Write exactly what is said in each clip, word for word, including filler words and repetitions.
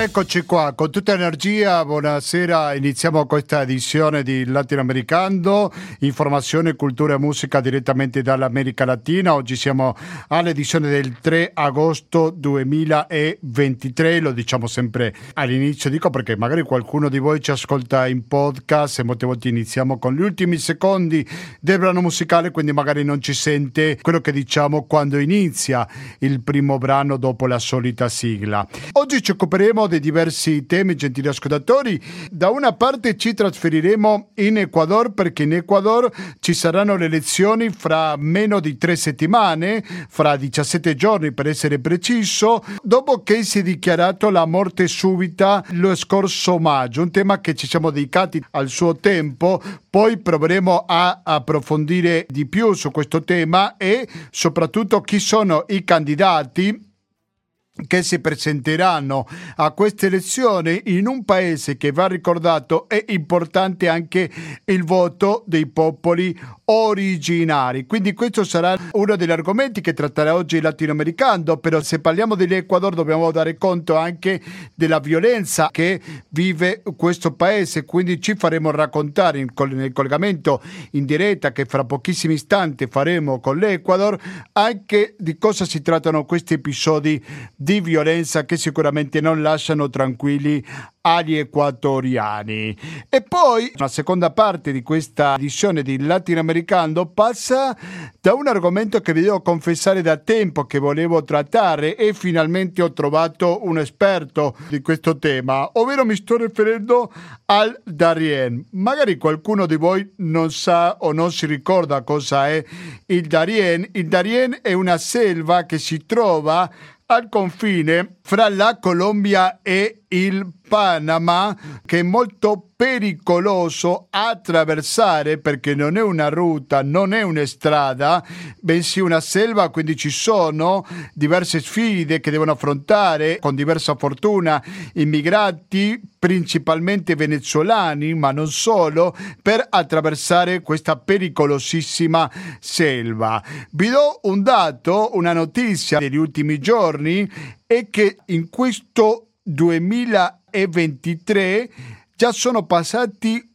Eccoci qua, con tutta energia, buonasera, iniziamo questa edizione di Latinoamericano, informazione, cultura e musica direttamente dall'America Latina. Oggi siamo all'edizione del tre agosto duemilaventitré, lo diciamo sempre all'inizio, dico perché magari qualcuno di voi ci ascolta in podcast e molte volte iniziamo con gli ultimi secondi del brano musicale, quindi magari non ci sente quello che diciamo quando inizia il primo brano dopo la solita sigla. Oggi ci occuperemo di diversi temi, gentili ascoltatori. Da una parte ci trasferiremo in Ecuador, perché in Ecuador ci saranno le elezioni fra meno di tre settimane, fra diciassette giorni per essere preciso, dopo che si è dichiarato la morte subita lo scorso maggio, un tema che ci siamo dedicati al suo tempo. Poi proveremo a approfondire di più su questo tema e soprattutto chi sono i candidati che si presenteranno a queste elezioni in un paese che, va ricordato, è importante anche il voto dei popoli originari. Quindi questo sarà uno degli argomenti che tratterà oggi il Latinoamericano, però se parliamo dell'Ecuador dobbiamo dare conto anche della violenza che vive questo paese, quindi ci faremo raccontare in, nel collegamento in diretta che fra pochissimi istanti faremo con l'Ecuador anche di cosa si trattano questi episodi di violenza che sicuramente non lasciano tranquilli agli equatoriani. E poi la seconda parte di questa edizione di Latinoamericano passa da un argomento che vi devo confessare da tempo che volevo trattare e finalmente ho trovato un esperto di questo tema, ovvero mi sto riferendo al Darién. Magari qualcuno di voi non sa o non si ricorda cosa è il Darién. Il Darién è una selva che si trova al confine fra la Colombia e il Panama, che è molto pericoloso attraversare perché non è una ruta, non è una strada, bensì una selva, quindi ci sono diverse sfide che devono affrontare con diversa fortuna immigrati, principalmente venezuelani, ma non solo, per attraversare questa pericolosissima selva. Vi do un dato, una notizia degli ultimi giorni, è che in questo duemilaventitré già sono passati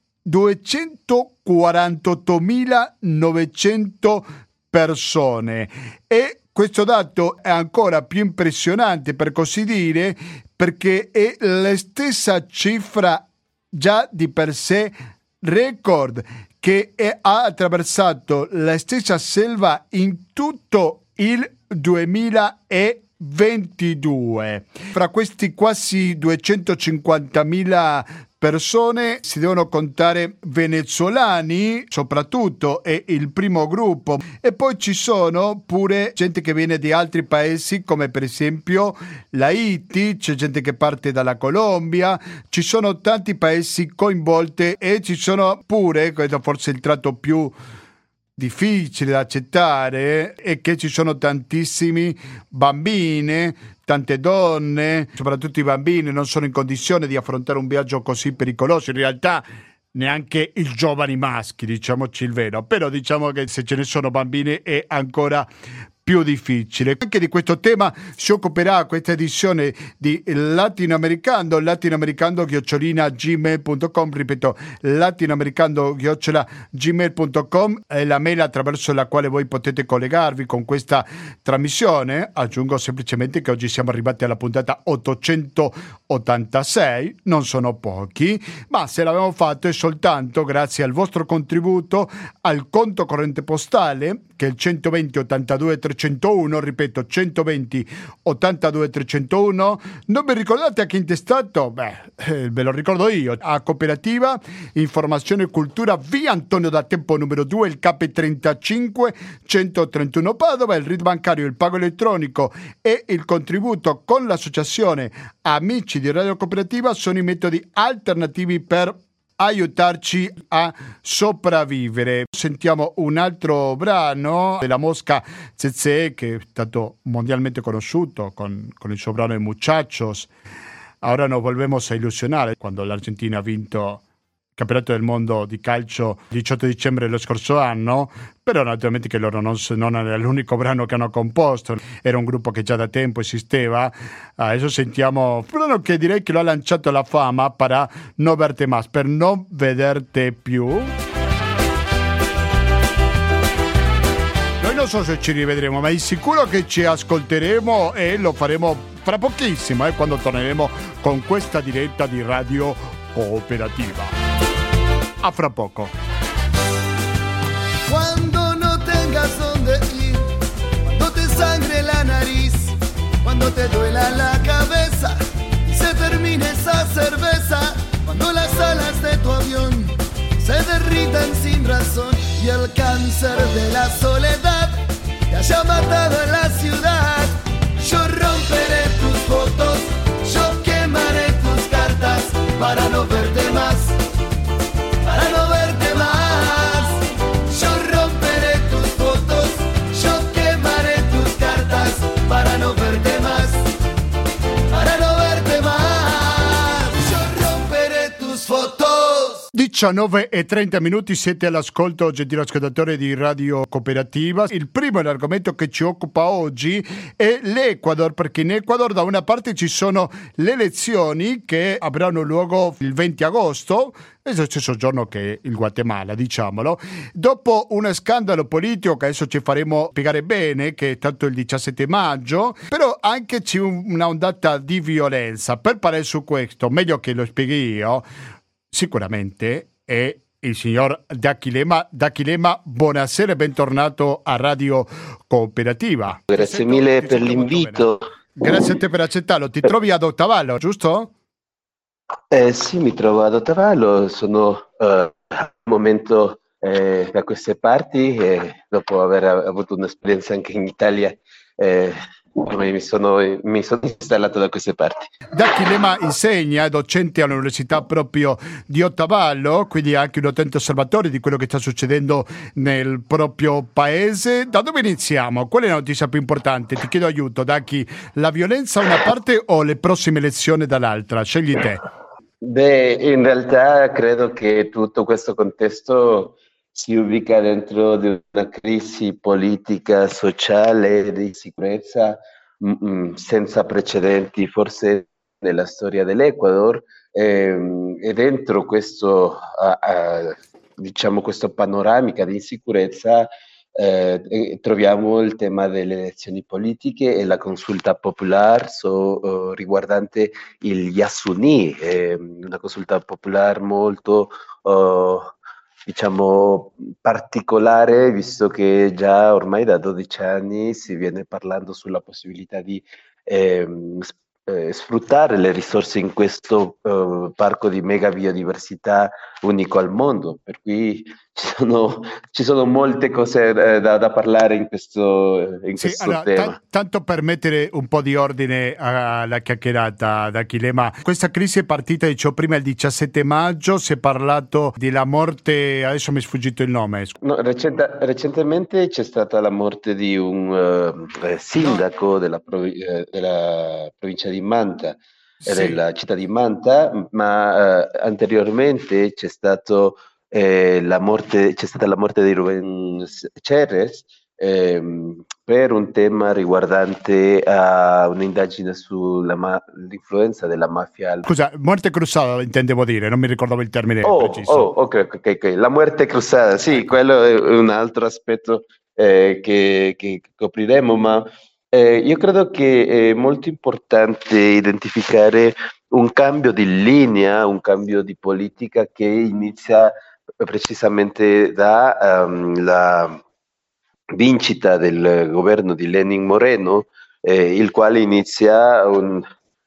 duecentoquarantottomilanovecento persone e questo dato è ancora più impressionante, per così dire, perché è la stessa cifra già di per sé record che è, ha attraversato la stessa selva in tutto il duemilaventidue. Fra questi quasi duecentocinquantamila persone si devono contare venezuelani, soprattutto è il primo gruppo, e poi ci sono pure gente che viene di altri paesi come per esempio l'Haiti, c'è gente che parte dalla Colombia, ci sono tanti paesi coinvolti e ci sono pure, questo forse è il tratto più difficile da accettare, è che ci sono tantissimi bambine, tante donne, soprattutto i bambini non sono in condizione di affrontare un viaggio così pericoloso. In realtà neanche i giovani maschi, diciamoci il vero, però diciamo che se ce ne sono bambini è ancora più difficile. Anche di questo tema si occuperà questa edizione di Latinoamericano, latinoamericano chiocciolina gmail punto com, ripeto, latinoamericano chiocciola gmail punto com è la mail attraverso la quale voi potete collegarvi con questa trasmissione. Aggiungo semplicemente che oggi siamo arrivati alla puntata ottocentottantasei, non sono pochi, ma se l'abbiamo fatto è soltanto grazie al vostro contributo al conto corrente postale, che è il centoventi ottantadue trecentouno, ripeto centoventi ottantadue trecentouno. Non vi ricordate a chi è intestato? Beh, eh, ve lo ricordo io, a Cooperativa Informazione e Cultura, via Antonio da Tempo numero due, il K trentacinque centotrentuno Padova. Il R I D bancario, il pago elettronico e il contributo con l'associazione Amici di Radio Cooperativa sono i metodi alternativi per aiutarci a sopravvivere. Sentiamo un altro brano della Mosca Tsetse, che è stato mondialmente conosciuto con, con il suo brano I Muchachos. Ahora nos volvemos a ilusionar, quando l'Argentina ha vinto campionato del mondo di calcio il diciotto dicembre dello scorso anno, però naturalmente che loro non, non era l'unico brano che hanno composto, era un gruppo che già da tempo esisteva. Adesso sentiamo un brano che direi che lo ha lanciato alla fama, Para no verte más, per non vederti più. Noi non so se ci rivedremo, ma è sicuro che ci ascolteremo e lo faremo fra pochissimo, eh, quando torneremo con questa diretta di Radio Cooperativa. A fra poco. Cuando no tengas donde ir, cuando te sangre la nariz, cuando te duela la cabeza y se termine esa cerveza, cuando las alas de tu avión se derritan sin razón y el cáncer de la soledad te haya matado en la ciudad, yo romperé tus fotos, yo quemaré tus cartas para no verte más, para no verte más. Yo romperé tus fotos, yo quemaré tus cartas para no verte más, para no verte más. Yo romperé tus fotos. diciannove e trenta minuti, siete all'ascolto, gentile ascoltatore di Radio Cooperativa. Il primo argomento che ci occupa oggi è l'Ecuador, perché in Ecuador da una parte ci sono le elezioni che avranno luogo il venti agosto, è lo stesso giorno che il Guatemala, diciamolo, dopo uno scandalo politico che adesso ci faremo spiegare bene, che è stato il diciassette maggio, però anche c'è una ondata di violenza. Per parlare su questo, meglio che lo spieghi io, sicuramente è il signor D'Achillema. D'Achillema, buonasera e bentornato a Radio Cooperativa. Grazie sento, mille per l'invito. Grazie a te per accettarlo. Ti trovi ad Ottavallo, giusto? Eh, sì, mi trovo ad Ottavallo, sono uh, al momento eh, da queste parti e dopo aver avuto un'esperienza anche in Italia eh, mi sono, mi sono installato da queste parti. D'Achillema insegna, è docente all'Università proprio di Ottavallo, quindi è anche un attento osservatore di quello che sta succedendo nel proprio paese. Da dove iniziamo? Qual è la notizia più importante? Ti chiedo aiuto, Dachi. La violenza da una parte o le prossime elezioni dall'altra? Scegli te. Beh, in realtà credo che tutto questo contesto si ubica dentro di una crisi politica, sociale, di sicurezza mh, senza precedenti forse nella storia dell'Ecuador, e, e dentro questo, uh, uh, diciamo, questo panoramica di insicurezza eh, troviamo il tema delle elezioni politiche e la consulta popolare so, uh, riguardante il Yasuní, eh, una consulta popolare molto uh, diciamo particolare, visto che già ormai da dodici anni si viene parlando sulla possibilità di ehm, eh, sfruttare le risorse in questo eh, parco di mega biodiversità unico al mondo, per cui ci sono, ci sono molte cose eh, da, da parlare in questo, in sì, questo allora, tema. T- tanto per mettere un po' di ordine alla chiacchierata, D'Achillema, questa crisi è partita, dicevo prima, il diciassette maggio, si è parlato della morte, adesso mi è sfuggito il nome. No, recenta, recentemente c'è stata la morte di un uh, eh, sindaco no. della, provi- eh, della provincia di Manta, sì. della città di Manta, ma uh, anteriormente c'è stato eh, la morte, c'è stata la morte di Rubén Cerres ehm, per un tema riguardante a un'indagine sull'influenza della mafia. Scusa, morte cruzata intendevo dire, non mi ricordavo il termine oh, preciso. Oh, ok, ok, ok, la morte cruzata, sì, ecco. Quello è un altro aspetto eh, che, che copriremo, ma eh, io credo che è molto importante identificare un cambio di linea, un cambio di politica che inizia precisamente da um, la vincita del governo di Lenín Moreno, eh, il quale inizia un,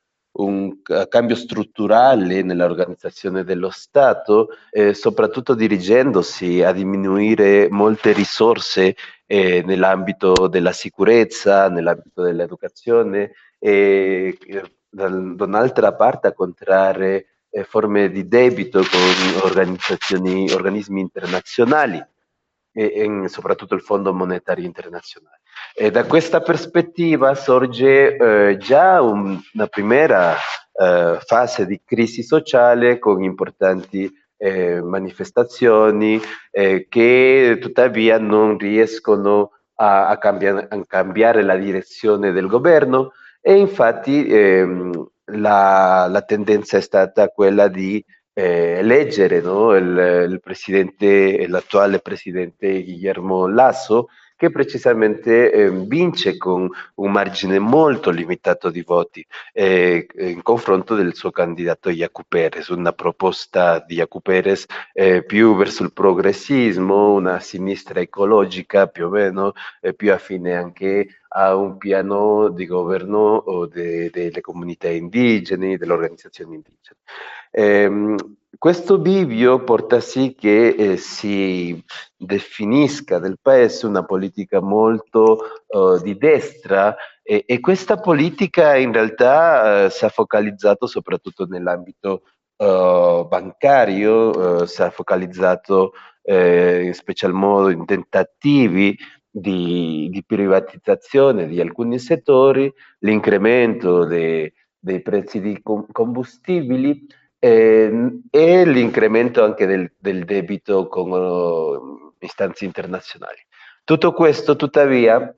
un cambio strutturale nell'organizzazione dello Stato, eh, soprattutto dirigendosi a diminuire molte risorse eh, nell'ambito della sicurezza, nell'ambito dell'educazione e da un'altra parte a contrarre eh, forme di debito con organizzazioni, organismi internazionali e, e soprattutto il Fondo Monetario Internazionale. E da questa prospettiva sorge eh, già un, una prima eh, fase di crisi sociale con importanti eh, manifestazioni eh, che tuttavia non riescono a, a, cambiare, a cambiare la direzione del governo e infatti ehm, la, la tendenza è stata quella di eh, eleggere, no, il, il presidente, l'attuale presidente Guillermo Lasso, che precisamente eh, vince con un margine molto limitato di voti eh, in confronto del suo candidato Yacu Perez, una proposta di Yacu Perez eh, più verso il progressismo, una sinistra ecologica più o meno, eh, più affine anche a un piano di governo de, delle comunità indigene, delle organizzazioni indigene. Eh, questo bivio porta sì che eh, si definisca del paese una politica molto uh, di destra e, e, questa politica in realtà uh, si è focalizzato soprattutto nell'ambito uh, bancario, uh, si è focalizzato eh, in special modo in tentativi di, di privatizzazione di alcuni settori, l'incremento de, dei prezzi di com- combustibili eh, e l'incremento anche del, del debito con uh, istanze internazionali. Tutto questo, tuttavia,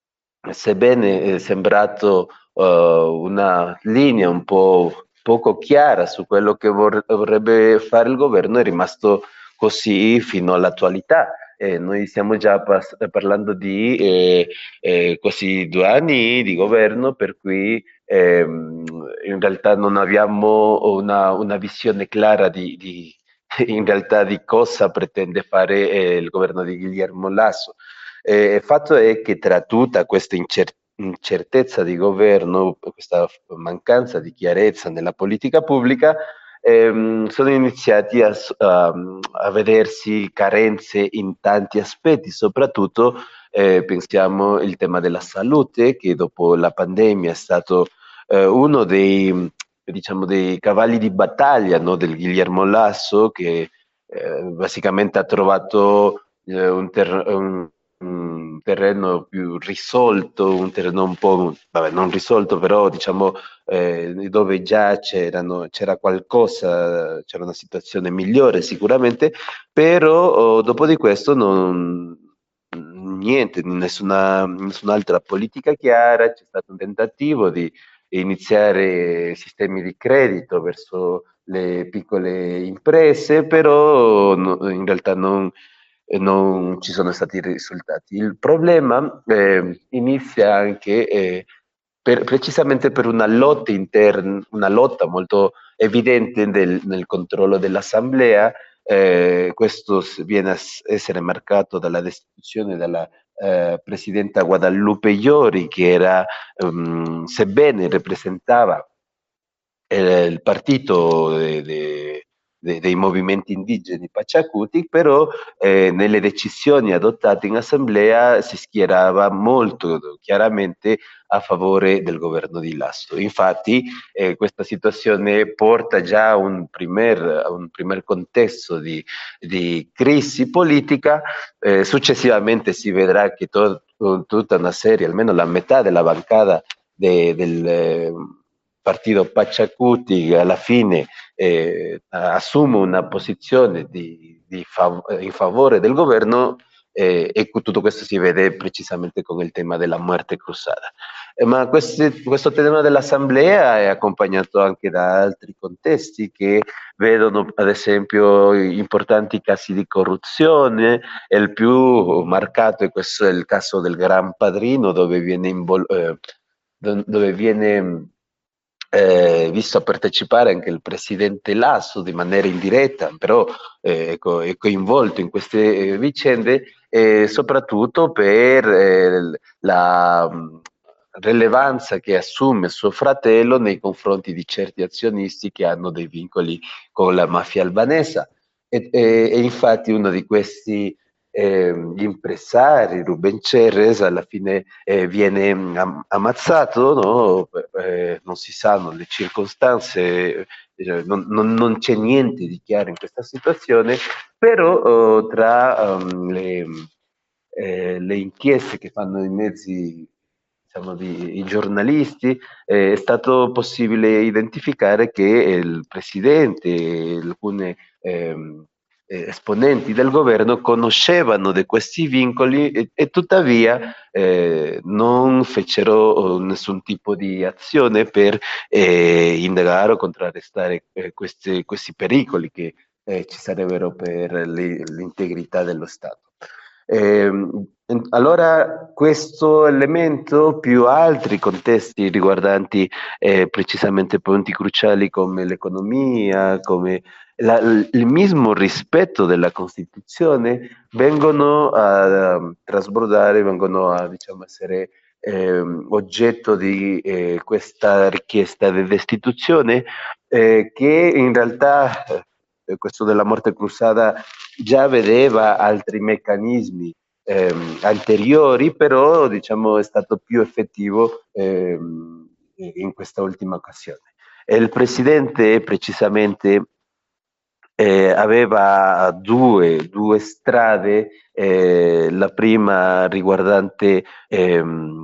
sebbene è sembrato uh, una linea un po' poco chiara su quello che vor- vorrebbe fare il governo, è rimasto così fino all'attualità. Eh, noi stiamo già pas- parlando di eh, eh, quasi due anni di governo, per cui ehm, in realtà non abbiamo una, una visione clara di, di, in realtà di cosa pretende fare eh, il governo di Guillermo Lasso. Eh, il fatto è che tra tutta questa incer- incertezza di governo, questa mancanza di chiarezza nella politica pubblica, ehm, sono iniziati a, a, a vedersi carenze in tanti aspetti, soprattutto eh, pensiamo al tema della salute, che dopo la pandemia è stato eh, uno dei, diciamo, dei cavalli di battaglia, no, del Guillermo Lasso, che eh, basicamente ha trovato eh, un, ter- un, un terreno più risolto, un terreno un po', vabbè, non risolto, però diciamo eh, dove già c'erano, c'era qualcosa, c'era una situazione migliore sicuramente, però oh, dopo di questo non, niente, nessuna, nessun'altra politica chiara, c'è stato un tentativo di iniziare sistemi di credito verso le piccole imprese, però no, in realtà non, non ci sono stati risultati. Il problema eh, inizia anche eh, per, precisamente per una lotta interna, una lotta molto evidente del, nel controllo dell'assemblea. Eh, questo viene a essere marcato dalla destituzione della eh, presidenta Guadalupe Iori, che era, um, sebbene rappresentava eh, il partito de, de, de, dei movimenti indigeni Pachacuti, però eh, nelle decisioni adottate in assemblea si schierava molto chiaramente a favore del governo di Lasso. Infatti eh, questa situazione porta già a un primer, a un primer contesto di, di crisi politica, eh, successivamente si vedrà che to- tutta una serie, almeno la metà della bancada de, del eh, partito Pachacuti alla fine eh, assume una posizione di, di fav- in favore del governo eh, e tutto questo si vede precisamente con il tema della muerte cruzata. Eh, ma questi, questo tema dell'assemblea è accompagnato anche da altri contesti che vedono ad esempio importanti casi di corruzione, e il più marcato è questo è il caso del Gran Padrino dove viene, invol- eh, dove viene eh, visto a partecipare anche il presidente Lasso di maniera indiretta, però eh, co- è coinvolto in queste eh, vicende, eh, soprattutto per eh, la mh, rilevanza che assume suo fratello nei confronti di certi azionisti che hanno dei vincoli con la mafia albanesa. E, e, e infatti uno di questi eh, gli impresari, Ruben Cerres, alla fine eh, viene am- ammazzato, no? Eh, non si sanno le circostanze, eh, non, non- non c'è niente di chiaro in questa situazione, però eh, tra um, le, eh, le inchieste che fanno i mezzi diciamo, di i giornalisti, eh, è stato possibile identificare che il presidente e alcune ehm, eh, esponenti del governo conoscevano di questi vincoli e, e tuttavia eh, non fecero oh, nessun tipo di azione per eh, indagare o contrarrestare eh, questi, questi pericoli che eh, ci sarebbero per le- l'integrità dello Stato. Ehm, allora, questo elemento più altri contesti riguardanti eh, precisamente punti cruciali come l'economia, come la- il mismo rispetto della Costituzione, vengono a, a trasbordare, vengono a diciamo, essere ehm, oggetto di eh, questa richiesta di destituzione eh, che in realtà eh, questo della morte cruzata già vedeva altri meccanismi ehm, anteriori, però diciamo è stato più effettivo ehm, in questa ultima occasione. E il presidente precisamente eh, aveva due, due strade, eh, la prima riguardante ehm,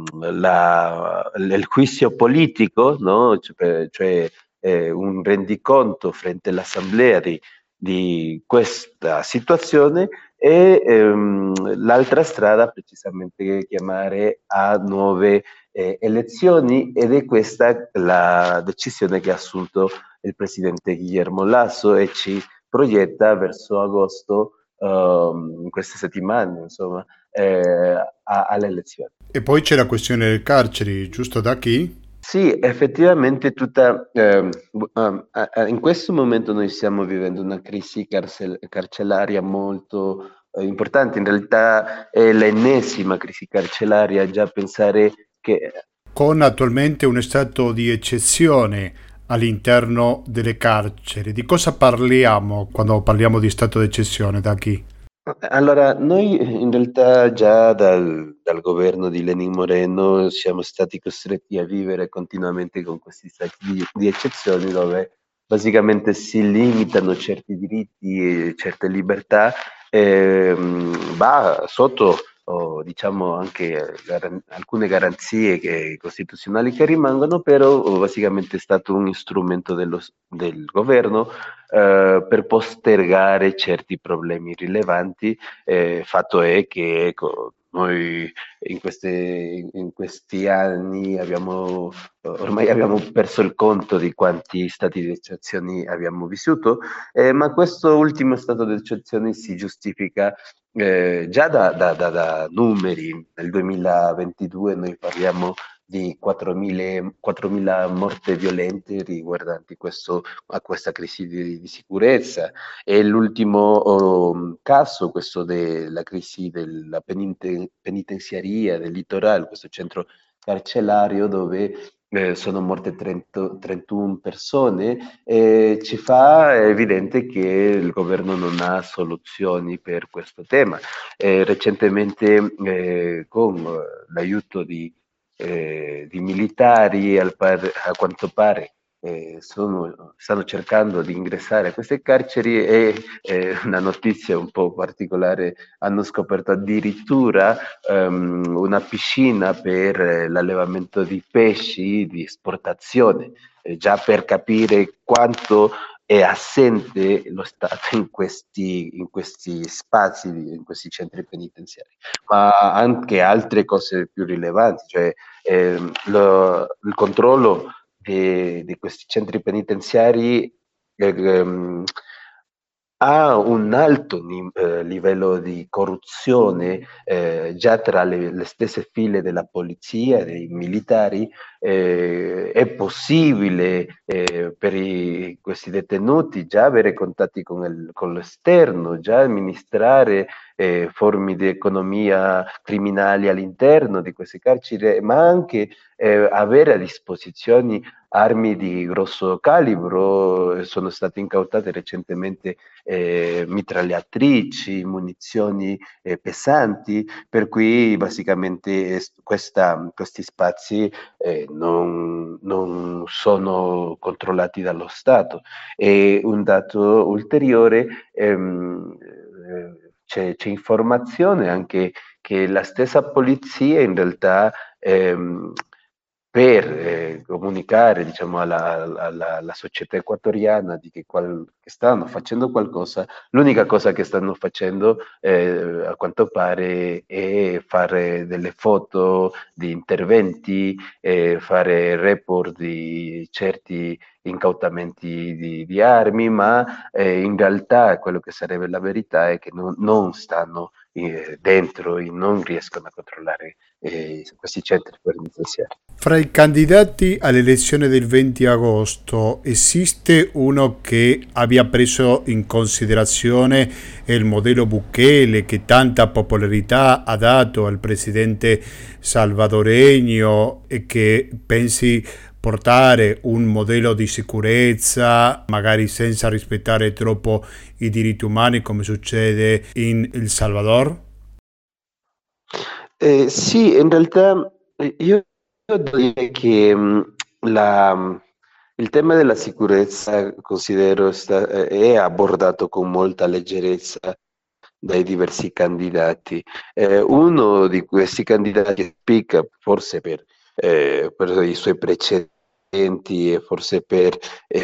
la, il juicio politico, no? Cioè, cioè eh, un rendiconto frente all'assemblea di, di questa situazione e ehm, l'altra strada precisamente chiamare a nuove eh, elezioni ed è questa la decisione che ha assunto il presidente Guillermo Lasso e ci proietta verso agosto, ehm, in queste settimane, insomma, eh, a- alle elezioni. E poi c'è la questione del carceri, giusto da chi? Sì, effettivamente tutta, ehm, bu- ehm, a- a- in questo momento noi stiamo vivendo una crisi carcel- carceraria molto eh, importante, in realtà è l'ennesima crisi carceraria, già pensare che Con attualmente uno stato di eccezione all'interno delle carceri. Di cosa parliamo quando parliamo di stato di eccezione, da chi? Allora, noi in realtà già dal, dal governo di Lenin Moreno siamo stati costretti a vivere continuamente con questi stati di, di eccezione dove basicamente si limitano certi diritti e certe libertà, ehm, va sotto o, diciamo anche garan- alcune garanzie che- costituzionali che rimangono, però oh, basicamente è stato un strumento dello s- del governo eh, per postergare certi problemi rilevanti. Eh, fatto è che ecco, noi in, queste- in questi anni abbiamo, ormai abbiamo perso il conto di quanti stati di eccezione abbiamo vissuto, eh, ma questo ultimo stato di eccezione si giustifica eh, già da, da- da- da numeri. Nel duemilaventidue noi parliamo di quattromila quattromila morti violente riguardanti questo a questa crisi di, di sicurezza. E l'ultimo oh, caso, questo della crisi della peniten- penitenziaria del litorale, questo centro carcerario dove eh, sono morte trenta, trentuno persone, e ci fa evidente che il governo non ha soluzioni per questo tema. Eh, recentemente eh, con eh, l'aiuto di, eh, di militari, al par- a quanto pare eh, sono, stanno cercando di ingressare a queste carceri e eh, una notizia un po' particolare, hanno scoperto addirittura ehm, una piscina per eh, l'allevamento di pesci di esportazione, eh, già per capire quanto è assente lo Stato in questi, in questi spazi, in questi centri penitenziari, ma anche altre cose più rilevanti, cioè ehm, lo- il controllo di, di questi centri penitenziari eh, ehm, ha un alto ni- eh, livello di corruzione eh, già tra le, le stesse file della polizia, dei militari. Eh, è possibile eh, per i- questi detenuti già avere contatti con, il- con l'esterno, già amministrare eh, forme di economia criminali all'interno di queste carceri, ma anche eh, avere a disposizione armi di grosso calibro. Sono state incautate recentemente eh, mitragliatrici, munizioni eh, pesanti, per cui basicamente es- questa- questi spazi eh, non, non sono controllati dallo Stato. E un dato ulteriore, ehm, eh, c'è, c'è informazione anche che la stessa polizia in realtà ehm, per eh, comunicare, diciamo, alla, alla- alla società equatoriana di che, qual- che stanno facendo qualcosa. L'unica cosa che stanno facendo, eh, a quanto pare, è fare delle foto di interventi, eh, fare report di certi incautamenti di, di armi, ma eh, in realtà quello che sarebbe la verità è che non, non stanno eh, dentro e non riescono a controllare eh, questi centri penitenziari. Fra i candidati all'elezione del venti agosto esiste uno che abbia preso in considerazione il modello Bukele che tanta popolarità ha dato al presidente salvadoregno e che pensi portare un modello di sicurezza, magari senza rispettare troppo i diritti umani come succede in El Salvador? Eh, sì, in realtà eh, io devo dire che mh, la- mh, il tema della sicurezza considero sta- eh, è abordato con molta leggerezza dai diversi candidati. Eh, uno di questi candidati spicca forse per, eh, per i suoi precedenti e forse per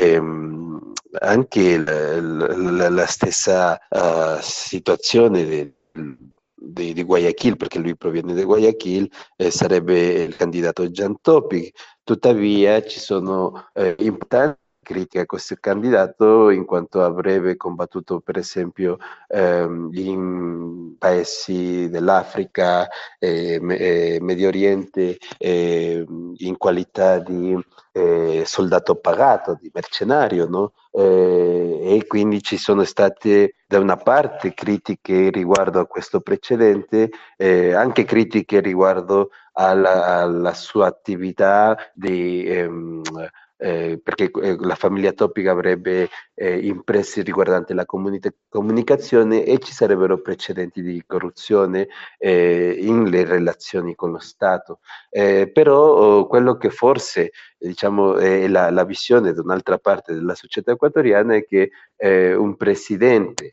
ehm, anche la, la- la stessa eh, situazione del- di, di Guayaquil, perché lui proviene da Guayaquil, eh, sarebbe il candidato Jan Topic. Tuttavia ci sono eh, importanti critiche a questo candidato in quanto avrebbe combattuto per esempio ehm, in paesi dell'Africa e me- e Medio Oriente eh, in qualità di eh, soldato pagato, di mercenario, no? Eh, e quindi ci sono state da una parte critiche riguardo a questo precedente, eh, anche critiche riguardo alla, alla sua attività di... ehm, eh, perché eh, la famiglia Topic avrebbe eh, impressi riguardanti la comunita- comunicazione e ci sarebbero precedenti di corruzione eh, in le relazioni con lo Stato. Eh, però oh, quello che forse diciamo, è la, la visione da un'altra parte della società equatoriana è che eh, un presidente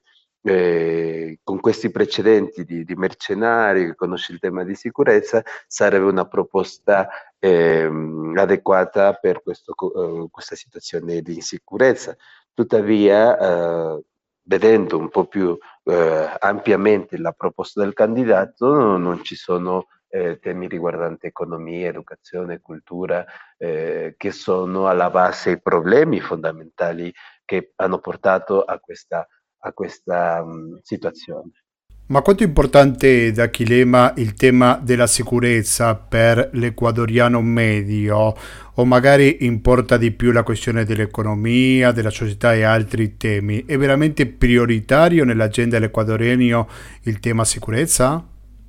eh, con questi precedenti di, di mercenari, che conosce il tema di sicurezza, sarebbe una proposta ehm, adeguata per questo, eh, questa situazione di insicurezza. Tuttavia, eh, vedendo un po' più eh, ampiamente la proposta del candidato, no, non ci sono eh, temi riguardanti economia, educazione, cultura, eh, che sono alla base i problemi fondamentali che hanno portato a questa, a questa mh, situazione. Ma quanto è importante da Chilema il tema della sicurezza per l'ecuadoriano medio? O magari importa di più la questione dell'economia, della società e altri temi? È veramente prioritario nell'agenda dell'ecuadoriano il tema sicurezza?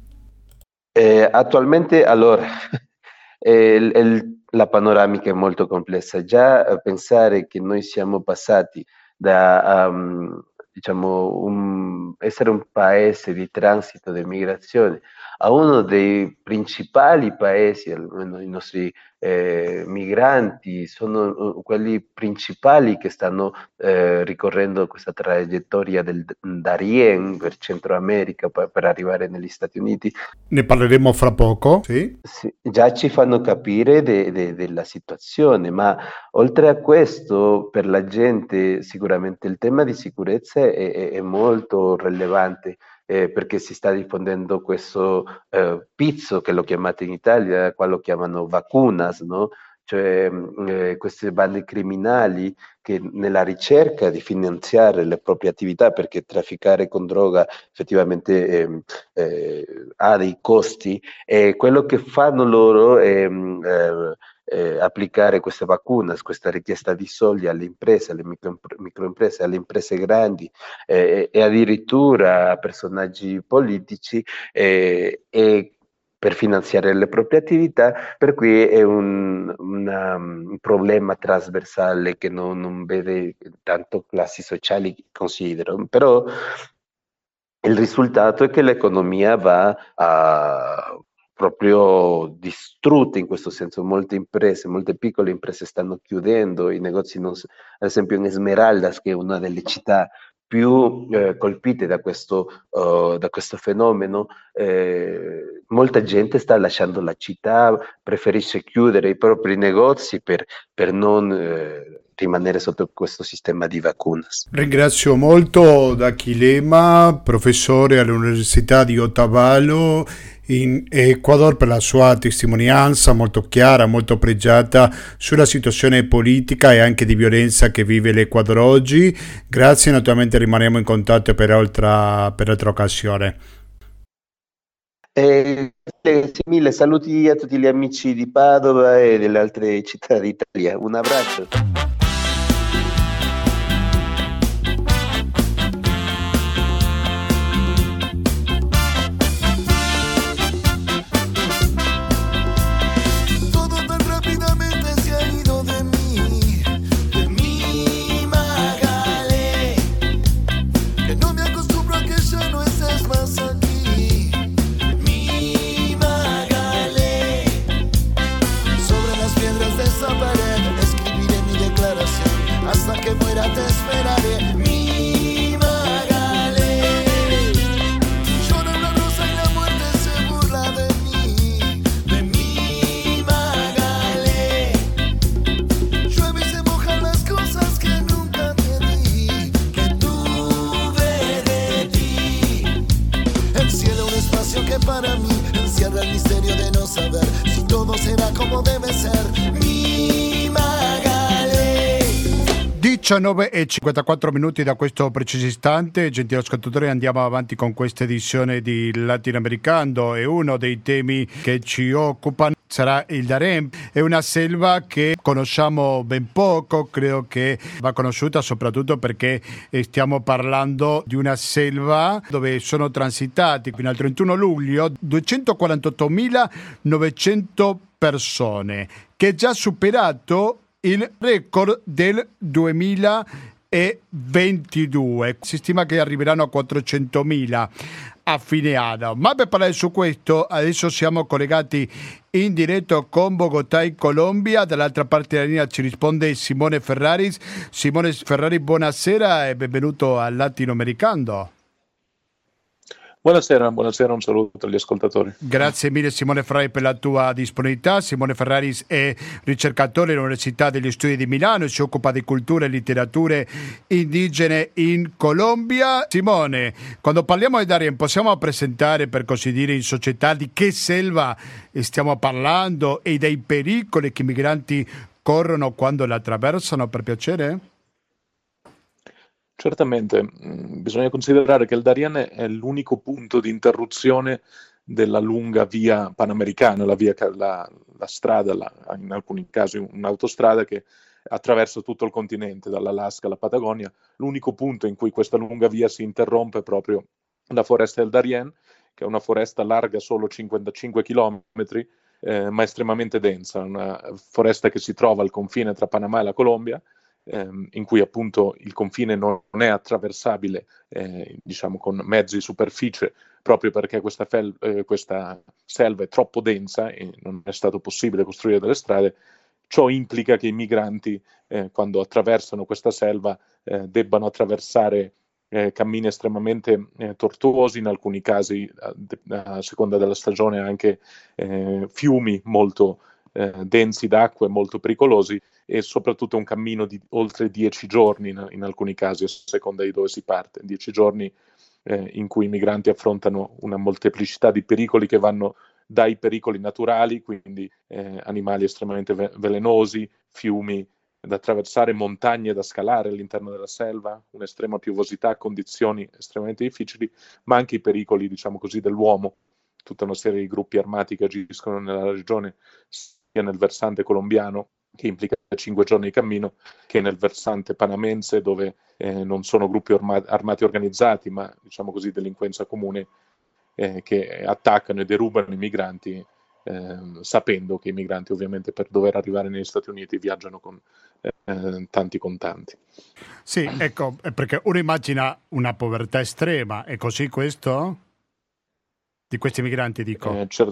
Eh, attualmente, allora, eh, il- il- la panoramica è molto complessa. Già eh, pensare che noi siamo passati da, um, diciamo, un- essere un paese di transito di migrazione a uno dei principali paesi, almeno i nostri eh, migranti sono uh, quelli principali che stanno eh, ricorrendo questa traiettoria del Darién per Centro America per per arrivare negli Stati Uniti. Ne parleremo fra poco, sì? Sì, già ci fanno capire de- de- della situazione, ma oltre a questo, per la gente sicuramente il tema di sicurezza è, è- è molto rilevante eh, perché si sta diffondendo questo eh, pizzo che lo chiamate in Italia, qua lo chiamano vacunas, no? Cioè mh, eh, queste bande criminali che nella ricerca di finanziare le proprie attività, perché trafficare con droga effettivamente ehm, eh, ha dei costi, e quello che fanno loro è mh, eh, eh, applicare queste vacunas, questa richiesta di soldi alle imprese, alle micro, microimprese, alle imprese grandi eh, e addirittura a personaggi politici eh, e per finanziare le proprie attività, per cui è un, una, un problema trasversale che non, non vede tanto classi sociali, considero, però il risultato è che l'economia va a proprio distrutta in questo senso, molte imprese, molte piccole imprese stanno chiudendo, i negozi non, s- ad esempio in Esmeraldas, che è una delle città più eh, colpite da questo, uh, da questo fenomeno. Eh, molta gente sta lasciando la città, preferisce chiudere i propri negozi per, per non eh, rimanere sotto questo sistema di vacunas. Ringrazio molto D'Achillema, professore all'Università di Otavalo in Ecuador, per la sua testimonianza molto chiara, molto pregiata sulla situazione politica e anche di violenza che vive l'Ecuador oggi. Grazie, naturalmente rimaniamo in contatto per altra, per altra occasione. Eh, grazie mille, saluti a tutti gli amici di Padova e delle altre città d'Italia. Un abbraccio. Para mí encierra el misterio de no saber si todo será como debe ser. Mi Magalè. diciannove e cinquantaquattro minuti da questo preciso istante, gentili ascoltatori, andiamo avanti con questa edizione di Latinoamericano e uno dei temi che ci occupano sarà il Darién. È una selva che conosciamo ben poco, credo che va conosciuta soprattutto perché stiamo parlando di una selva dove sono transitati fino al trentuno luglio duecentoquarantottomilanovecento persone, che ha già superato il record del duemilaventidue. Si stima che arriveranno a quattrocentomila a fine anno. Ma per parlare su questo adesso siamo collegati in diretto con Bogotà in Colombia. Dall'altra parte della linea ci risponde Simone Ferraris. Simone Ferraris, buonasera e benvenuto al Latinoamericano. Buonasera, buonasera, un saluto agli ascoltatori. Grazie mille Simone Ferraris per la tua disponibilità. Simone Ferraris è ricercatore all'Università degli Studi di Milano e si occupa di cultura e letterature indigene in Colombia. Simone, quando parliamo di Darién possiamo presentare, per così dire, in società di che selva stiamo parlando e dei pericoli che i migranti corrono quando la attraversano, per piacere? Certamente, bisogna considerare che il Darién è l'unico punto di interruzione della lunga via panamericana, la, via, la, la strada, la, in alcuni casi un'autostrada che attraversa tutto il continente, dall'Alaska alla Patagonia. L'unico punto in cui questa lunga via si interrompe è proprio la foresta del Darién, che è una foresta larga solo cinquantacinque chilometri, eh, ma estremamente densa, una foresta che si trova al confine tra Panama e la Colombia, in cui appunto il confine non è attraversabile eh, diciamo con mezzi di superficie, proprio perché questa, fel- eh, questa selva è troppo densa e non è stato possibile costruire delle strade. Ciò implica che i migranti eh, quando attraversano questa selva eh, debbano attraversare eh, cammini estremamente eh, tortuosi, in alcuni casi a, a seconda della stagione anche eh, fiumi molto eh, densi d'acqua e molto pericolosi, e soprattutto un cammino di oltre dieci giorni in, in alcuni casi, a seconda di dove si parte, dieci giorni eh, in cui i migranti affrontano una molteplicità di pericoli che vanno dai pericoli naturali, quindi eh, animali estremamente ve- velenosi, fiumi da attraversare, montagne da scalare all'interno della selva, un'estrema piovosità, condizioni estremamente difficili, ma anche i pericoli, diciamo così, dell'uomo, tutta una serie di gruppi armati che agiscono nella regione, sia nel versante colombiano, che implica cinque giorni di cammino, che nel versante panamense, dove eh, non sono gruppi orma- armati organizzati, ma diciamo così delinquenza comune, eh, che attaccano e derubano i migranti, eh, sapendo che i migranti ovviamente per dover arrivare negli Stati Uniti viaggiano con eh, tanti contanti. Sì, ecco, perché uno immagina una povertà estrema, è così questo? Di questi migranti, dico. Eh, cer-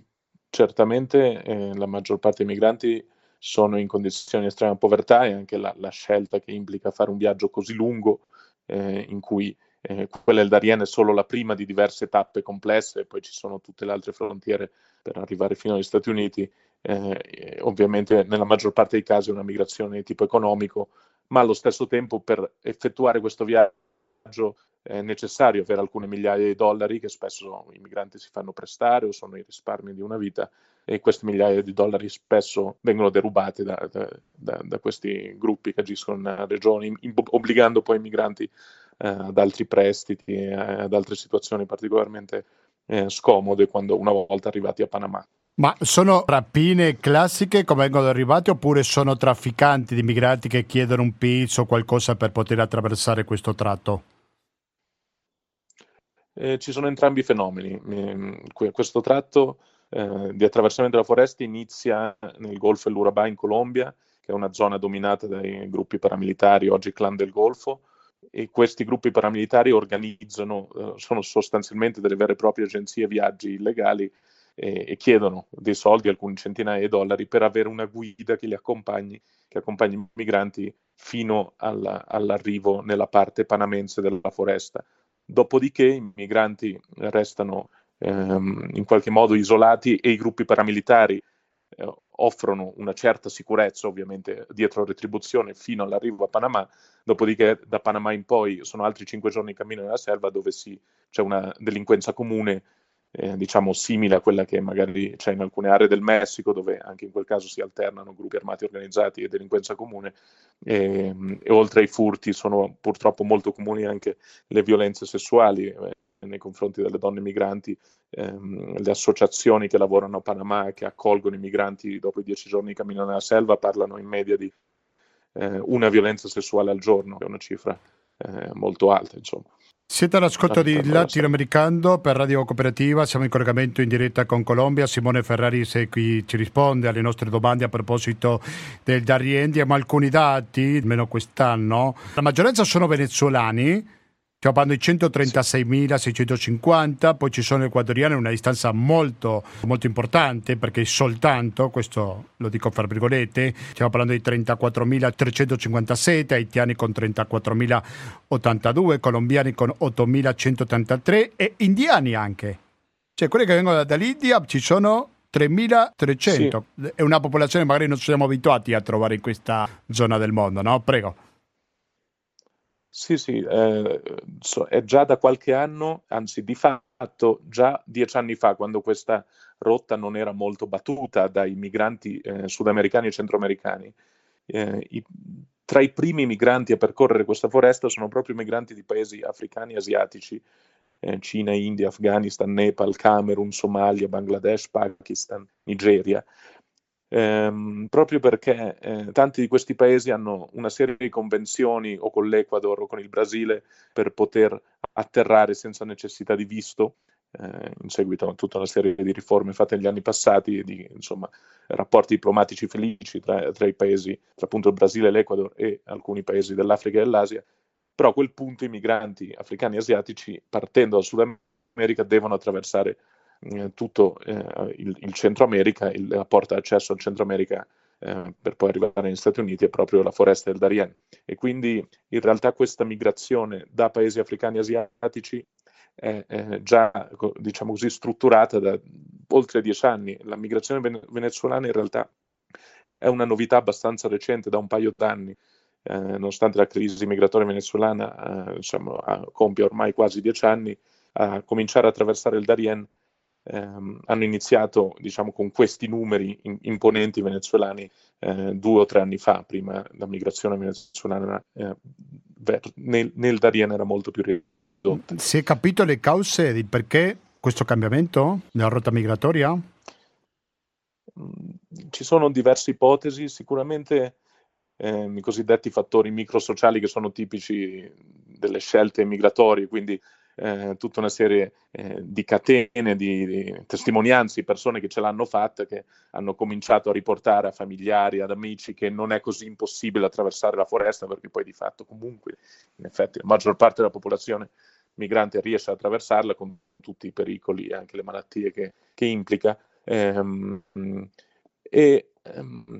certamente eh, la maggior parte dei migranti sono in condizioni di estrema povertà, e anche la, la scelta che implica fare un viaggio così lungo eh, in cui eh, quella del Darien è solo la prima di diverse tappe complesse, e poi ci sono tutte le altre frontiere per arrivare fino agli Stati Uniti. Eh, ovviamente nella maggior parte dei casi è una migrazione di tipo economico, ma allo stesso tempo per effettuare questo viaggio è necessario avere alcune migliaia di dollari che spesso i migranti si fanno prestare o sono i risparmi di una vita, e queste migliaia di dollari spesso vengono derubate da, da, da, da questi gruppi che agiscono nella regione, in, obbligando poi i migranti eh, ad altri prestiti e ad altre situazioni particolarmente eh, scomode quando una volta arrivati a Panama. Ma sono rapine classiche come vengono arrivati, oppure sono trafficanti di migranti che chiedono un pizzo o qualcosa per poter attraversare questo tratto? Eh, ci sono entrambi i fenomeni. Eh, questo tratto eh, di attraversamento della foresta inizia nel Golfo dell'Urabá in Colombia, che è una zona dominata dai gruppi paramilitari, oggi Clan del Golfo, e questi gruppi paramilitari organizzano, eh, sono sostanzialmente delle vere e proprie agenzie viaggi illegali, e, e chiedono dei soldi, alcuni centinaia di dollari, per avere una guida che li accompagni, che accompagni i migranti fino alla, all'arrivo nella parte panamense della foresta. Dopodiché i migranti restano ehm, in qualche modo isolati, e i gruppi paramilitari eh, offrono una certa sicurezza, ovviamente dietro retribuzione, fino all'arrivo a Panama. Dopodiché da Panama in poi sono altri cinque giorni in cammino nella selva, dove si, c'è una delinquenza comune, eh, diciamo simile a quella che magari c'è in alcune aree del Messico, dove anche in quel caso si alternano gruppi armati organizzati e delinquenza comune. E, e oltre ai furti sono purtroppo molto comuni anche le violenze sessuali eh, nei confronti delle donne migranti. Ehm, le associazioni che lavorano a Panama, che accolgono i migranti dopo i dieci giorni di cammino nella selva, parlano in media di eh, una violenza sessuale al giorno, che è una cifra eh, molto alta, insomma. Siete all'ascolto di Latinoamericano per Radio Cooperativa, siamo in collegamento in diretta con Colombia. Simone Ferrari se qui ci risponde alle nostre domande a proposito del Darien. Diamo alcuni dati, almeno quest'anno. La maggioranza sono venezuelani, stiamo parlando di centotrentaseimilaseicentocinquanta, poi ci sono equatoriani, una distanza molto, molto importante, perché soltanto, questo lo dico fra virgolette, stiamo parlando di trentaquattromilatrecentocinquantasette, haitiani con trentaquattromilaottantadue, colombiani con ottomilacentottantatré e indiani anche. Cioè quelli che vengono dall'India ci sono tremilatrecento. Sì. È una popolazione magari non siamo abituati a trovare in questa zona del mondo, no? Prego. Sì, sì, eh, so, è già da qualche anno, anzi di fatto già dieci anni fa, quando questa rotta non era molto battuta dai migranti eh, sudamericani e centroamericani. Eh, i, tra i primi migranti a percorrere questa foresta sono proprio migranti di paesi africani e asiatici, eh, Cina, India, Afghanistan, Nepal, Camerun, Somalia, Bangladesh, Pakistan, Nigeria. Ehm, proprio perché eh, tanti di questi paesi hanno una serie di convenzioni o con l'Ecuador o con il Brasile per poter atterrare senza necessità di visto, eh, in seguito a tutta una serie di riforme fatte negli anni passati e di insomma, rapporti diplomatici felici tra, tra i paesi, tra appunto il Brasile, l'Ecuador e alcuni paesi dell'Africa e dell'Asia. Però a quel punto i migranti africani e asiatici, partendo dal Sud America, devono attraversare Eh, tutto eh, il, il Centro America. Il, la porta d'accesso al Centro America eh, per poi arrivare negli Stati Uniti è proprio la foresta del Darien, e quindi in realtà questa migrazione da paesi africani e asiatici è, è già diciamo così strutturata da oltre dieci anni. La migrazione venezuelana in realtà è una novità abbastanza recente, da un paio d'anni, eh, nonostante la crisi migratoria venezuelana eh, diciamo, compia ormai quasi dieci anni. A cominciare a attraversare il Darien Ehm, hanno iniziato diciamo con questi numeri in, imponenti venezuelani eh, due o tre anni fa. Prima la migrazione venezuelana eh, nel, nel Darien era molto più ridotta. Si è capito le cause di perché questo cambiamento della rotta migratoria? Ci sono diverse ipotesi, sicuramente eh, i cosiddetti fattori microsociali, che sono tipici delle scelte migratorie, quindi Eh, tutta una serie eh, di catene, di, di testimonianze, persone che ce l'hanno fatta, che hanno cominciato a riportare a familiari, ad amici, che non è così impossibile attraversare la foresta, perché poi di fatto comunque, in effetti, la maggior parte della popolazione migrante riesce ad attraversarla con tutti i pericoli e anche le malattie che, che implica. Ehm, e ehm,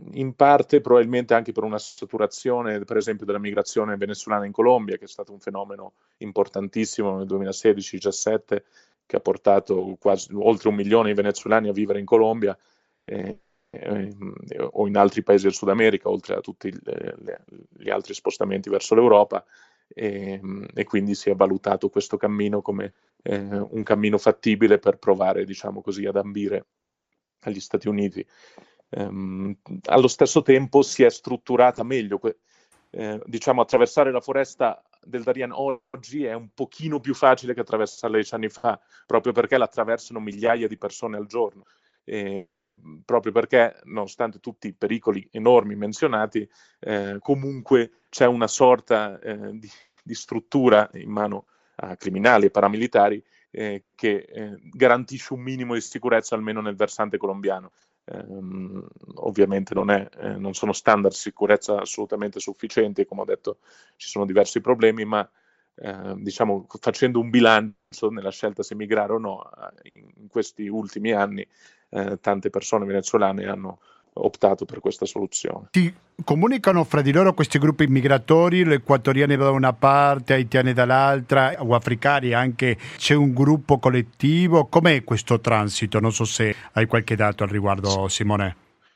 in parte probabilmente anche per una saturazione, per esempio, della migrazione venezuelana in Colombia, che è stato un fenomeno importantissimo nel duemilasedici diciassette, che ha portato quasi oltre un milione di venezuelani a vivere in Colombia eh, eh, o in altri paesi del Sud America, oltre a tutti le, le, gli altri spostamenti verso l'Europa, e, e quindi si è valutato questo cammino come eh, un cammino fattibile per provare, diciamo così, ad ambire agli Stati Uniti. Um, allo stesso tempo si è strutturata meglio, que- eh, diciamo attraversare la foresta del Darien oggi è un pochino più facile che attraversarla dieci anni fa, proprio perché la attraversano migliaia di persone al giorno, e proprio perché, nonostante tutti i pericoli enormi menzionati, eh, comunque c'è una sorta eh, di, di struttura in mano a criminali e paramilitari eh, che eh, garantisce un minimo di sicurezza almeno nel versante colombiano. Um, ovviamente non, è, eh, non sono standard di sicurezza assolutamente sufficienti, come ho detto ci sono diversi problemi, ma eh, diciamo, facendo un bilancio nella scelta se migrare o no, in, in questi ultimi anni eh, tante persone venezuelane hanno optato per questa soluzione. Si comunicano fra di loro questi gruppi migratori, gli equatoriani da una parte, haitiani dall'altra, o africani anche, c'è un gruppo collettivo? Com'è questo transito? Non so se hai qualche dato al riguardo, Simone.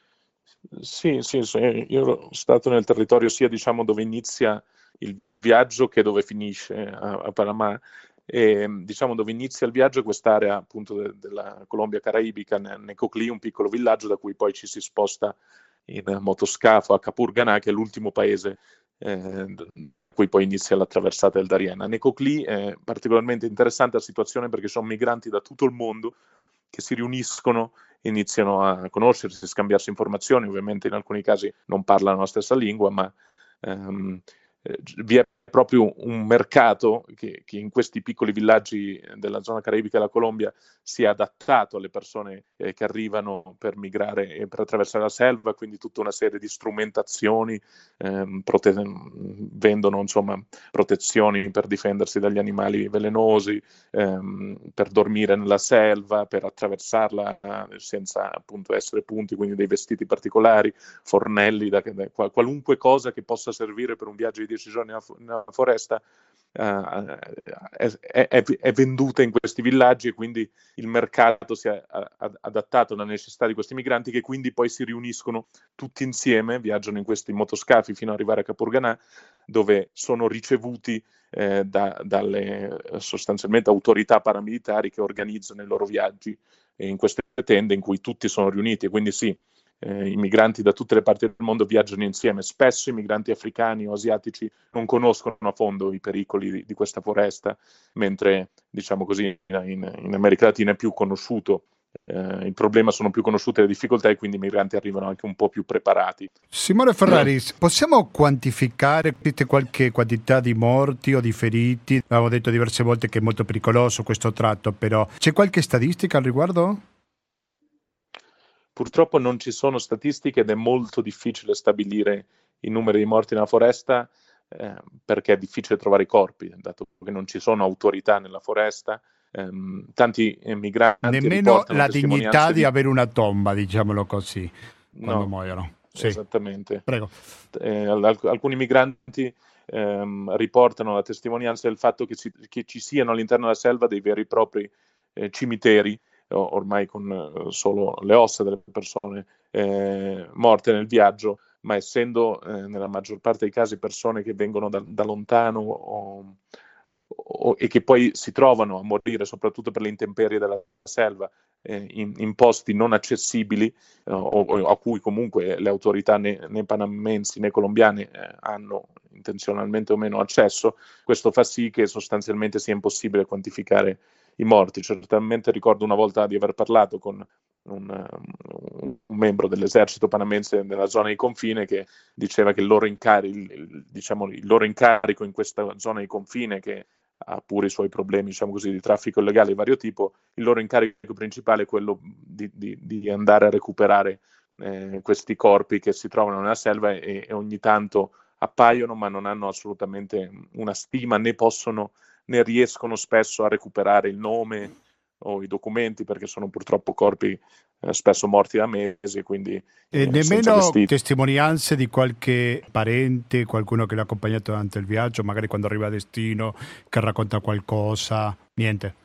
Sì, sì, sì, io sono stato nel territorio sia diciamo dove inizia il viaggio che dove finisce a, a Panama. E, diciamo dove inizia il viaggio è quest'area appunto de- della Colombia caraibica, Necoclí, un piccolo villaggio da cui poi ci si sposta in motoscafo a Capurganá, che è l'ultimo paese eh, da cui poi inizia la traversata del Darién. A Necoclí è particolarmente interessante la situazione perché sono migranti da tutto il mondo che si riuniscono, iniziano a conoscersi, a scambiarsi informazioni, ovviamente in alcuni casi non parlano la stessa lingua, ma ehm, eh, vi è proprio un mercato che, che in questi piccoli villaggi della zona caraibica della Colombia si è adattato alle persone eh, che arrivano per migrare e per attraversare la selva, quindi tutta una serie di strumentazioni, ehm, prote- vendono insomma protezioni per difendersi dagli animali velenosi, ehm, per dormire nella selva, per attraversarla eh, senza appunto essere punti, quindi dei vestiti particolari, fornelli, da, da, qualunque cosa che possa servire per un viaggio di dieci giorni nella foresta uh, è, è, è venduta in questi villaggi, e quindi il mercato si è adattato alla necessità di questi migranti, che quindi poi si riuniscono tutti insieme, viaggiano in questi motoscafi fino ad arrivare a Capurganá, dove sono ricevuti eh, da, dalle sostanzialmente autorità paramilitari che organizzano i loro viaggi eh, in queste tende in cui tutti sono riuniti. E quindi sì, Eh, i migranti da tutte le parti del mondo viaggiano insieme. Spesso i migranti africani o asiatici non conoscono a fondo i pericoli di, di questa foresta, mentre diciamo così in, in America Latina è più conosciuto eh, il problema, sono più conosciute le difficoltà, e quindi i migranti arrivano anche un po' più preparati. Simone Ferraris, possiamo quantificare qualche quantità di morti o di feriti? Abbiamo detto diverse volte che è molto pericoloso questo tratto, però c'è qualche statistica al riguardo? Purtroppo non ci sono statistiche ed è molto difficile stabilire i numeri di morti nella foresta eh, perché è difficile trovare i corpi, dato che non ci sono autorità nella foresta. Ehm, tanti migranti nemmeno la dignità di... di avere una tomba, diciamolo così, quando no, muoiono. Sì. Esattamente. Prego. Eh, alc- alcuni migranti ehm, riportano la testimonianza del fatto che ci, che ci siano all'interno della selva dei veri e propri eh, cimiteri, ormai con eh, solo le ossa delle persone eh, morte nel viaggio, ma essendo eh, nella maggior parte dei casi persone che vengono da, da lontano o, o, e che poi si trovano a morire soprattutto per le intemperie della selva eh, in, in posti non accessibili eh, o, o a cui comunque le autorità né, né panamensi né colombiane eh, hanno intenzionalmente o meno accesso, questo fa sì che sostanzialmente sia impossibile quantificare i morti. Certamente ricordo una volta di aver parlato con un, un membro dell'esercito panamense nella zona di confine che diceva che il loro, incari- il, diciamo, il loro incarico in questa zona di confine, che ha pure i suoi problemi, diciamo così, di traffico illegale di vario tipo, il loro incarico principale è quello di, di, di andare a recuperare eh, questi corpi che si trovano nella selva e, e ogni tanto appaiono, ma non hanno assolutamente una stima, né possono né riescono spesso a recuperare il nome o i documenti, perché sono purtroppo corpi eh, spesso morti da mesi, quindi E eh, senza nemmeno vestiti. testimonianze di qualche parente, qualcuno che l'ha accompagnato durante il viaggio, magari quando arriva a destino, che racconta qualcosa, niente.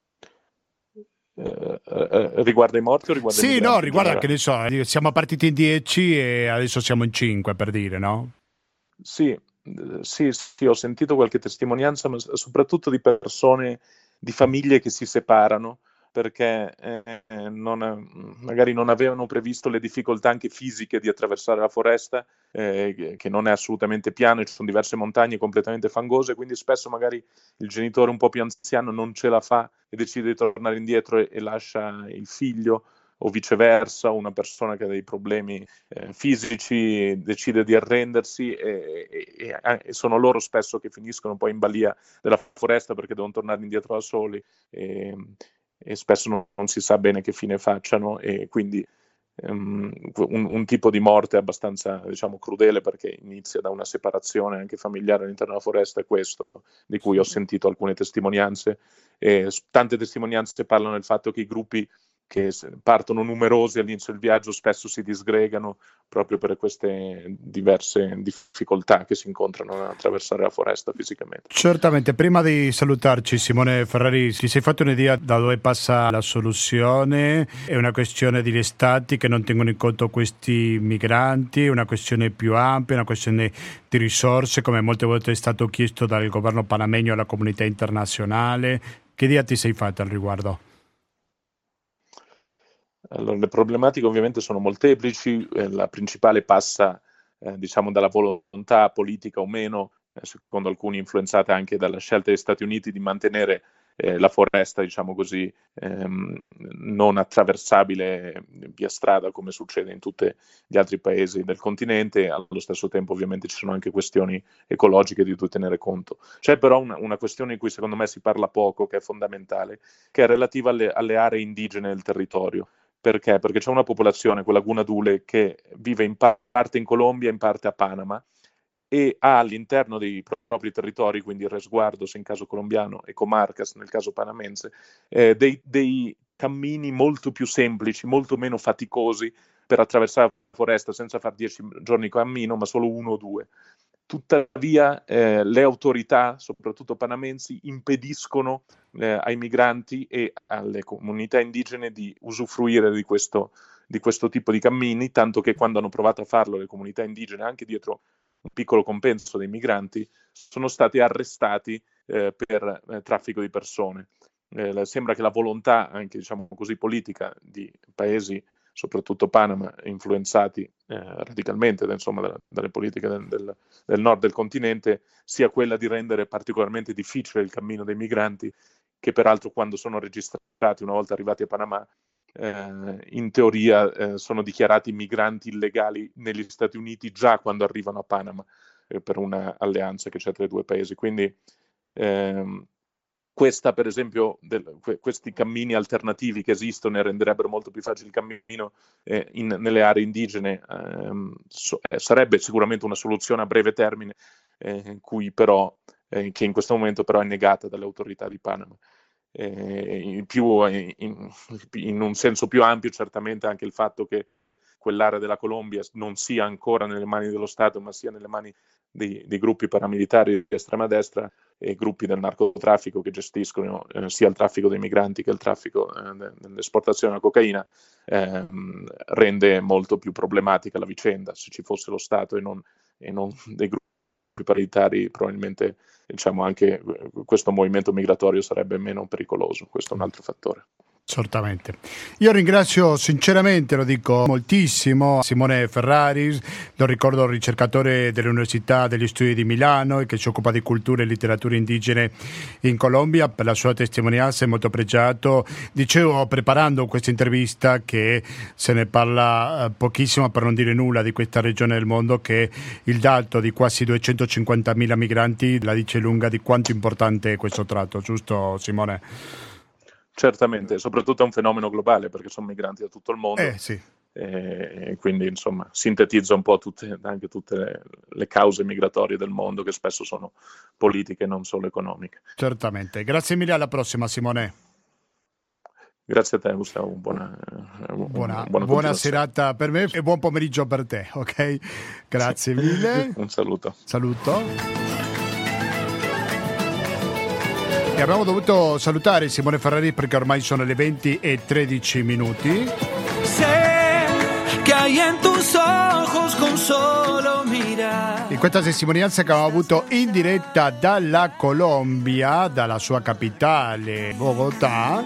Eh, eh, riguarda i morti o riguarda i Sì, migranti no, in riguarda che generale? ne so, siamo partiti in dieci e adesso siamo in cinque, per dire, no? Sì, eh, sì, sì, ho sentito qualche testimonianza, ma s- soprattutto di persone, di famiglie che si separano perché eh, eh, non, eh, magari non avevano previsto le difficoltà anche fisiche di attraversare la foresta, eh, che che non è assolutamente piano, ci sono diverse montagne completamente fangose, quindi spesso magari il genitore un po' più anziano non ce la fa e decide di tornare indietro e, e lascia il figlio, o viceversa, una persona che ha dei problemi eh, fisici decide di arrendersi e, e, e, e sono loro spesso che finiscono poi in balia della foresta perché devono tornare indietro da soli e, e spesso non, non si sa bene che fine facciano, e quindi um, un, un tipo di morte abbastanza, diciamo, crudele, perché inizia da una separazione anche familiare all'interno della foresta, è questo di cui ho sentito alcune testimonianze, e tante testimonianze parlano del fatto che i gruppi che partono numerosi all'inizio del viaggio spesso si disgregano proprio per queste diverse difficoltà che si incontrano ad attraversare la foresta fisicamente. Certamente, prima di salutarci, Simone Ferrari, ti sei fatto un'idea da dove passa la soluzione? È una questione di stati che non tengono in conto questi migranti, è una questione più ampia, una questione di risorse, come molte volte è stato chiesto dal governo panamegno alla comunità internazionale. Che idea ti sei fatta al riguardo? Allora, le problematiche ovviamente sono molteplici, eh, la principale passa eh, diciamo dalla volontà politica o meno, eh, secondo alcuni influenzata anche dalla scelta degli Stati Uniti di mantenere eh, la foresta, diciamo così, ehm, non attraversabile via strada come succede in tutti gli altri paesi del continente. Allo stesso tempo ovviamente ci sono anche questioni ecologiche di cui tenere conto. C'è però una, una questione di cui secondo me si parla poco, che è fondamentale, che è relativa alle, alle aree indigene del territorio. Perché? Perché c'è una popolazione, quella Gunadule, che vive in parte in Colombia, in parte a Panama, e ha all'interno dei propri territori, quindi resguardos in caso colombiano e comarcas nel caso panamense, eh, dei, dei cammini molto più semplici, molto meno faticosi per attraversare la foresta senza fare dieci giorni di cammino, ma solo uno o due. Tuttavia eh, le autorità, soprattutto panamensi, impediscono eh, ai migranti e alle comunità indigene di usufruire di questo, di questo tipo di cammini, tanto che quando hanno provato a farlo le comunità indigene, anche dietro un piccolo compenso dei migranti, sono stati arrestati eh, per eh, traffico di persone. Eh, sembra che la volontà, anche diciamo così, politica di paesi, soprattutto Panama, influenzati eh, radicalmente insomma, da, dalle politiche del, del, del nord del continente, sia quella di rendere particolarmente difficile il cammino dei migranti, che peraltro quando sono registrati una volta arrivati a Panama, eh, in teoria eh, sono dichiarati migranti illegali negli Stati Uniti già quando arrivano a Panama, eh, per una alleanza che c'è tra i due paesi. Quindi ehm, questa, per esempio, del, que, questi cammini alternativi che esistono e renderebbero molto più facile il cammino eh, in, nelle aree indigene, ehm, so, eh, sarebbe sicuramente una soluzione a breve termine, eh, cui però, eh, che in questo momento però è negata dalle autorità di Panama. Eh, in, più, in, in un senso più ampio, certamente anche il fatto che quell'area della Colombia non sia ancora nelle mani dello Stato, ma sia nelle mani di, di gruppi paramilitari di estrema destra e gruppi del narcotraffico che gestiscono eh, sia il traffico dei migranti che il traffico eh, dell'esportazione della cocaina, eh, rende molto più problematica la vicenda. Se ci fosse lo Stato e non, e non dei gruppi paramilitari, probabilmente diciamo anche questo movimento migratorio sarebbe meno pericoloso. Questo è un altro fattore. Certamente. Io ringrazio sinceramente, lo dico moltissimo, Simone Ferrari, lo ricordo ricercatore dell'Università degli Studi di Milano e che si occupa di cultura e letteratura indigene in Colombia, per la sua testimonianza, è molto pregiato. Dicevo, preparando questa intervista, che se ne parla pochissimo, per non dire nulla, di questa regione del mondo, che il dato di quasi duecentocinquantamila migranti la dice lunga di quanto importante è questo tratto, giusto Simone? Certamente, soprattutto è un fenomeno globale perché sono migranti da tutto il mondo, Eh sì. e quindi insomma sintetizza un po' tutte, anche tutte le, le cause migratorie del mondo, che spesso sono politiche e non solo economiche. Certamente. Grazie mille, alla prossima Simone. Grazie a te, Gustavo. Buona, buona, buona, buona serata per me e buon pomeriggio per te, ok? Grazie sì. mille. Un saluto. Saluto. E abbiamo dovuto salutare Simone Ferrari perché ormai sono le venti e tredici minuti. Que hay en tus ojos con solo mirar. In questa testimonianza che abbiamo avuto in diretta dalla Colombia, dalla sua capitale Bogotà,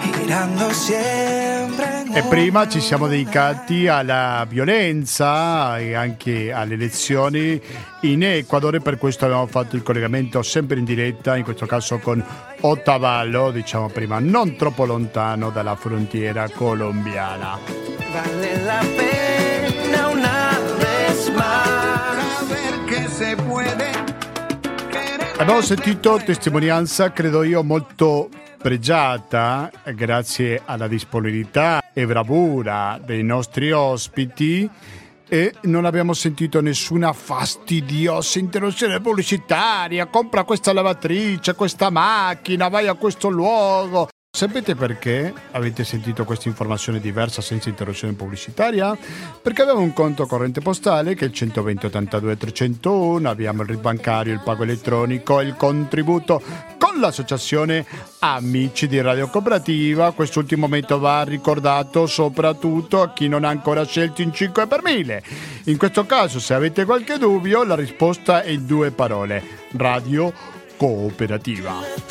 e prima ci siamo dedicati alla violenza e anche alle elezioni in Ecuador, e per questo abbiamo fatto il collegamento sempre in diretta, in questo caso con Otavalo, diciamo prima, non troppo lontano dalla frontiera colombiana. Vale la pena una vez más saber que se puede. Abbiamo sentito testimonianza, credo io, molto pregiata grazie alla disponibilità e bravura dei nostri ospiti, e non abbiamo sentito nessuna fastidiosa interruzione pubblicitaria. Compra questa lavatrice, questa macchina, vai a questo luogo. Sapete perché avete sentito questa informazione diversa senza interruzione pubblicitaria? Perché abbiamo un conto corrente postale che è il centoventi ottantadue trecentouno, abbiamo il R I D bancario, il pago elettronico e il contributo con l'associazione Amici di Radio Cooperativa. Quest'ultimo momento va ricordato soprattutto a chi non ha ancora scelto in cinque per mille. In questo caso, se avete qualche dubbio, la risposta è in due parole: Radio Cooperativa.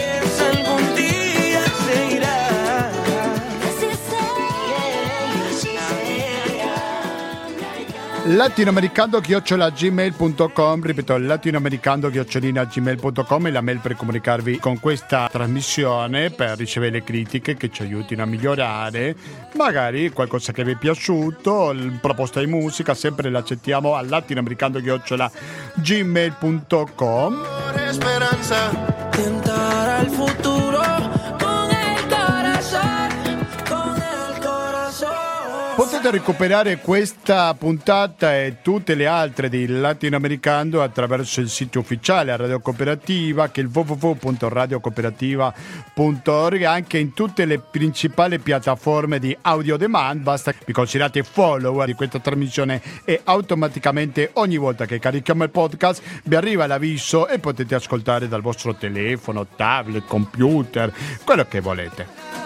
latinoamericano chiocciola gmail punto com, ripeto, latinoamericano chiocciola gmail punto com è la mail per comunicarvi con questa trasmissione, per ricevere le critiche che ci aiutino a migliorare, magari qualcosa che vi è piaciuto, proposta di musica, sempre l'accettiamo a latinoamericano chiocciola gmail punto com. Esperanza, tentar al futuro con el corazón, con el corazón. Potete recuperare questa puntata e tutte le altre di Latinoamericano attraverso il sito ufficiale a Radio Cooperativa, che è il w w w punto radio cooperativa punto org, anche in tutte le principali piattaforme di audio demand. Basta che vi considerate follower di questa trasmissione e automaticamente ogni volta che carichiamo il podcast vi arriva l'avviso e potete ascoltare dal vostro telefono, tablet, computer, quello che volete.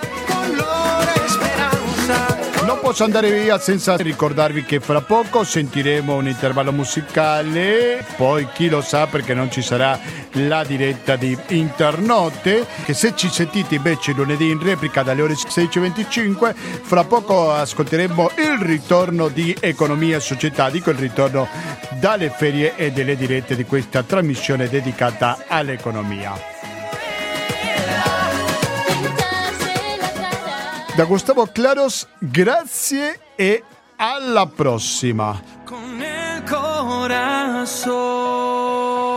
Non posso andare via senza ricordarvi che fra poco sentiremo un intervallo musicale, poi chi lo sa perché non ci sarà la diretta di Internotte, che se ci sentite invece lunedì in replica dalle ore sedici e venticinque, fra poco ascolteremo il ritorno di Economia e Società, dico il ritorno dalle ferie e delle dirette di questa trasmissione dedicata all'economia. Da Gustavo Claros, grazie e alla prossima. Con el corazón.